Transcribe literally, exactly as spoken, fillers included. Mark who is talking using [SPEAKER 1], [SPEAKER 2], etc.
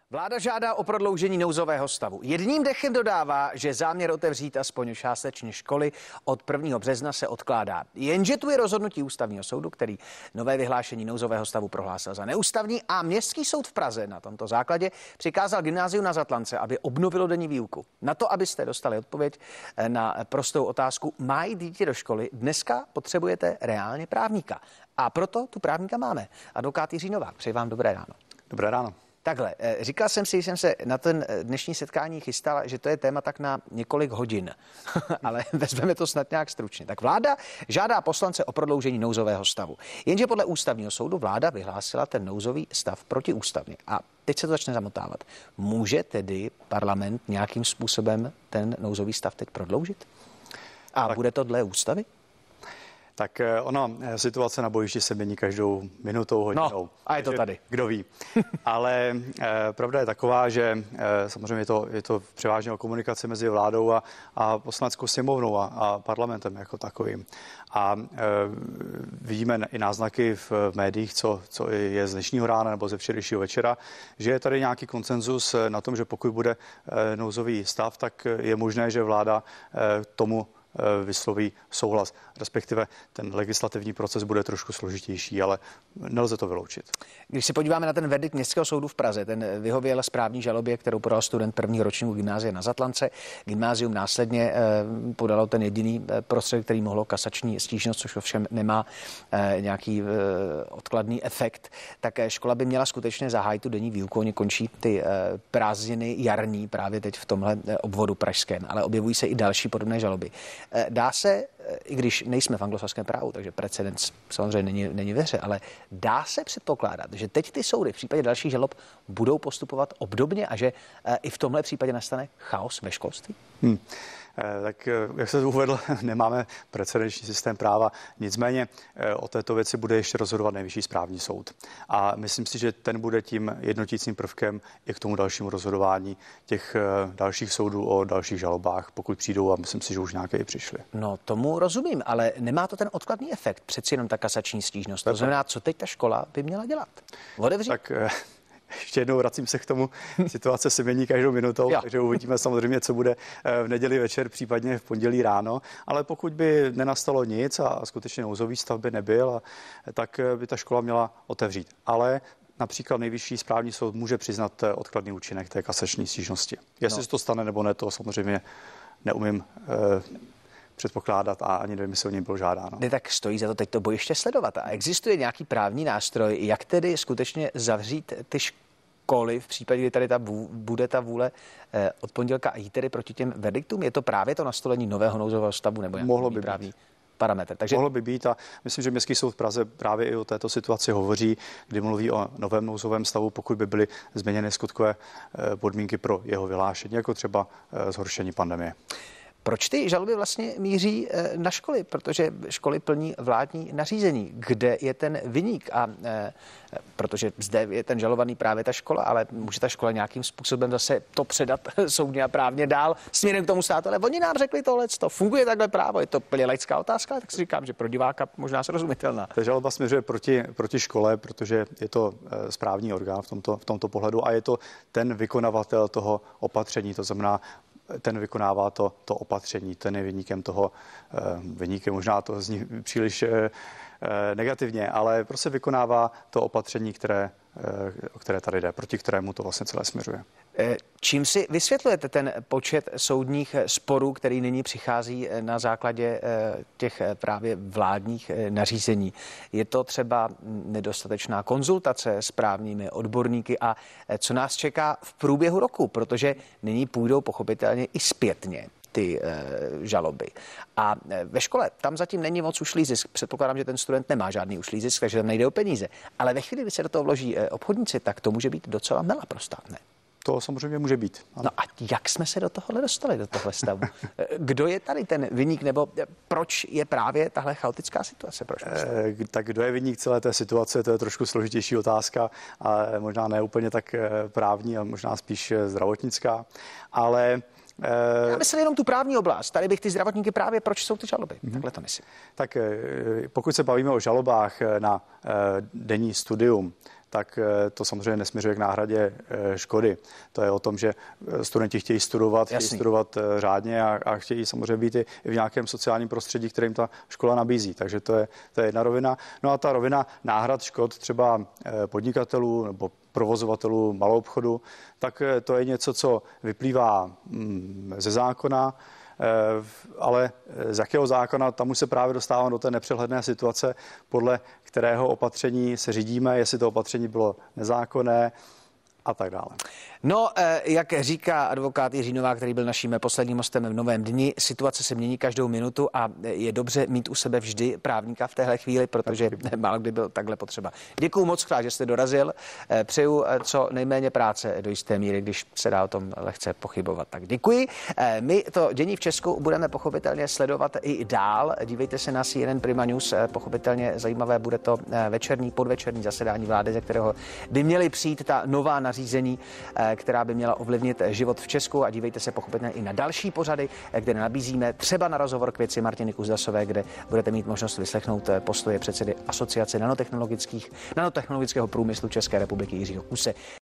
[SPEAKER 1] Vláda žádá o prodloužení nouzového stavu. Jedním dechem dodává, že záměr otevřít aspoň částečně školy od prvního března se odkládá. Jenže tu je rozhodnutí ústavního soudu, který nové vyhlášení nouzového stavu prohlásil za neústavní, a Městský soud v Praze na tomto základě přikázal gymnáziu na Zatlance, aby obnovilo denní výuku. Na to, abyste dostali odpověď na prostou otázku, má jít dítě do školy, dneska potřebujete reálně právníka. A proto tu právníka máme. Advokát Jiří Novák. Přeji vám dobré ráno.
[SPEAKER 2] Dobré ráno.
[SPEAKER 1] Takhle, říkal jsem si, že jsem se na ten dnešní setkání chystal, že to je téma tak na několik hodin, ale vezmeme to snad nějak stručně. Tak vláda žádá poslance o prodloužení nouzového stavu. Jenže podle ústavního soudu vláda vyhlásila ten nouzový stav protiústavně. A teď se to začne zamotávat. Může tedy parlament nějakým způsobem ten nouzový stav teď prodloužit? A tak bude to dle ústavy?
[SPEAKER 2] Tak ona, situace na bojišti se mění každou minutou, hodinou.
[SPEAKER 1] No, a je to tady.
[SPEAKER 2] Kdo ví. Ale eh, pravda je taková, že eh, samozřejmě je to, je to převážně o komunikaci mezi vládou a, a poslaneckou sněmovnou a, a parlamentem jako takovým. A eh, vidíme i náznaky v, v médiích, co, co je z dnešního rána nebo ze včerejšího večera, že je tady nějaký konsenzus na tom, že pokud bude eh, nouzový stav, tak je možné, že vláda eh, tomu vysloví souhlas, respektive ten legislativní proces bude trošku složitější, ale nelze to vyloučit.
[SPEAKER 1] Když se podíváme na ten verdikt Městského soudu v Praze, ten vyhověl správní žalobě, kterou podal student prvního ročníku gymnázia na Zatlance. Gymnázium následně podalo ten jediný prostředek, který mohlo kasační stížnost, což ovšem nemá nějaký odkladný efekt. Tak škola by měla skutečně zahájit tu denní výuku. Oni končí ty prázdniny jarní právě teď v tomhle obvodu pražském, ale objevují se i další podobné žaloby. Dá se, i když nejsme v anglosaském právu, takže precedens samozřejmě není, není ve hře, ale dá se předpokládat, že teď ty soudy v případě dalších žalob budou postupovat obdobně a že i v tomhle případě nastane chaos ve školství? Hmm.
[SPEAKER 2] Tak jak se uvedl, nemáme precedenční systém práva, nicméně o této věci bude ještě rozhodovat Nejvyšší správní soud. A myslím si, že ten bude tím jednotícím prvkem i k tomu dalšímu rozhodování těch dalších soudů o dalších žalobách, pokud přijdou, a myslím si, že už nějaké i přišly.
[SPEAKER 1] No tomu rozumím, ale nemá to ten odkladný efekt, přeci jenom ta kasační stížnost. To znamená, co teď ta škola by měla dělat? Otevřít?
[SPEAKER 2] Tak ještě jednou vracím se k tomu, situace se mění každou minutou, jo. Takže uvidíme samozřejmě, co bude v neděli večer, případně v pondělí ráno, ale pokud by nenastalo nic a skutečně nouzový stav by nebyl, tak by ta škola měla otevřít. Ale například Nejvyšší správní soud může přiznat odkladný účinek té kasační stížnosti. Jestli no. se to stane nebo ne, to samozřejmě neumím eh, předpokládat a ani nevím, jestli o něj bylo žádáno.
[SPEAKER 1] Ne, tak stojí za to teď to bojiště sledovat. A existuje nějaký právní nástroj, jak tedy skutečně zavřít ty školy v případě, kdy tady ta vů, bude ta vůle eh, od pondělka a jít tedy proti těm verdiktům? Je to právě to nastolení nového nouzového stavu nebo
[SPEAKER 2] nějaký by
[SPEAKER 1] právní parametr?
[SPEAKER 2] Takže mohlo by být a myslím, že Městský soud v Praze právě i o této situaci hovoří, kdy mluví o novém nouzovém stavu, pokud by byly změněny skutkové eh, podmínky pro jeho vyhlášení, jako třeba eh, zhoršení pandemie.
[SPEAKER 1] Proč ty žaloby vlastně míří na školy? Protože školy plní vládní nařízení. Kde je ten viník? A e, protože zde je ten žalovaný právě ta škola, ale může ta škola nějakým způsobem zase to předat soudně a právně dál směrem k tomu státu. Ale oni nám řekli tohle, to funguje takhle právo. Je to plně laická otázka, tak si říkám, že pro diváka možná srozumitelná.
[SPEAKER 2] Ta žaloba směřuje proti, proti škole, protože je to správní orgán v tomto, v tomto pohledu a je to ten vykonavatel toho opatření, to znamená, ten vykonává to, to opatření, ten je viníkem toho, viníkem možná to zní příliš negativně, ale prostě vykonává to opatření, které, o které tady jde, proti kterému to vlastně celé směřuje.
[SPEAKER 1] Čím si vysvětlujete ten počet soudních sporů, který nyní přichází na základě těch právě vládních nařízení? Je to třeba nedostatečná konzultace s právními odborníky a co nás čeká v průběhu roku, protože nyní půjdou pochopitelně i zpětně ty e, žaloby. A e, ve škole tam zatím není moc ušlý zisk. Předpokládám, že ten student nemá žádný ušlý zisk, takže tam nejde o peníze. Ale ve chvíli, kdy se do toho vloží e, obchodníci, tak to může být docela mela pro stát, ne?
[SPEAKER 2] To samozřejmě může být.
[SPEAKER 1] Ano. No a jak jsme se do tohohle dostali, do tohle stavu? Kdo je tady ten viník, nebo proč je právě tahle chaotická situace? Proč
[SPEAKER 2] e, tak kdo je viník celé té situace, to je trošku složitější otázka, a možná ne úplně tak právní, ale možná spíš zdravotnická. Ale
[SPEAKER 1] Já myslím jenom tu právní oblast. Tady bych ty zdravotníky právě, proč jsou ty žaloby. Mm-hmm. Takhle to myslím.
[SPEAKER 2] Tak pokud se bavíme o žalobách na denní studium, tak to samozřejmě nesměřuje k náhradě škody. To je o tom, že studenti chtějí studovat, chtějí
[SPEAKER 1] Jasný.
[SPEAKER 2] studovat řádně a, a chtějí samozřejmě být i v nějakém sociálním prostředí, kterým ta škola nabízí. Takže to je, to je jedna rovina. No a ta rovina náhrad škod třeba podnikatelů nebo provozovatelů maloobchodu, tak to je něco, co vyplývá ze zákona, ale z jakého zákona, tam už se právě dostávám do té nepřehledné situace, podle kterého opatření se řídíme, jestli to opatření bylo nezákonné a tak dále.
[SPEAKER 1] No, jak říká advokát Jiří Novák, který byl naším posledním hostem v Novém dni, situace se mění každou minutu a je dobře mít u sebe vždy právníka v téhle chvíli, protože málo kdy byl takhle potřeba. Děkuju moc krát, že jste dorazil. Přeju co nejméně práce do jisté míry, když se dá o tom lehce pochybovat. Tak děkuji. My to dění v Česku budeme pochopitelně sledovat i dál. Dívejte se na C N N Prima News. Pochopitelně zajímavé bude to večerní, podvečerní zasedání vlády, ze kterého by měly přijít ta nová nařízení, která by měla ovlivnit život v Česku, a dívejte se pochopitelně i na další pořady, kde nabízíme třeba na rozhovor k věci Martiny Kuzdasové, kde budete mít možnost vyslechnout postoje předsedy Asociace nanotechnologických, nanotechnologického průmyslu České republiky Jiřího Kuse.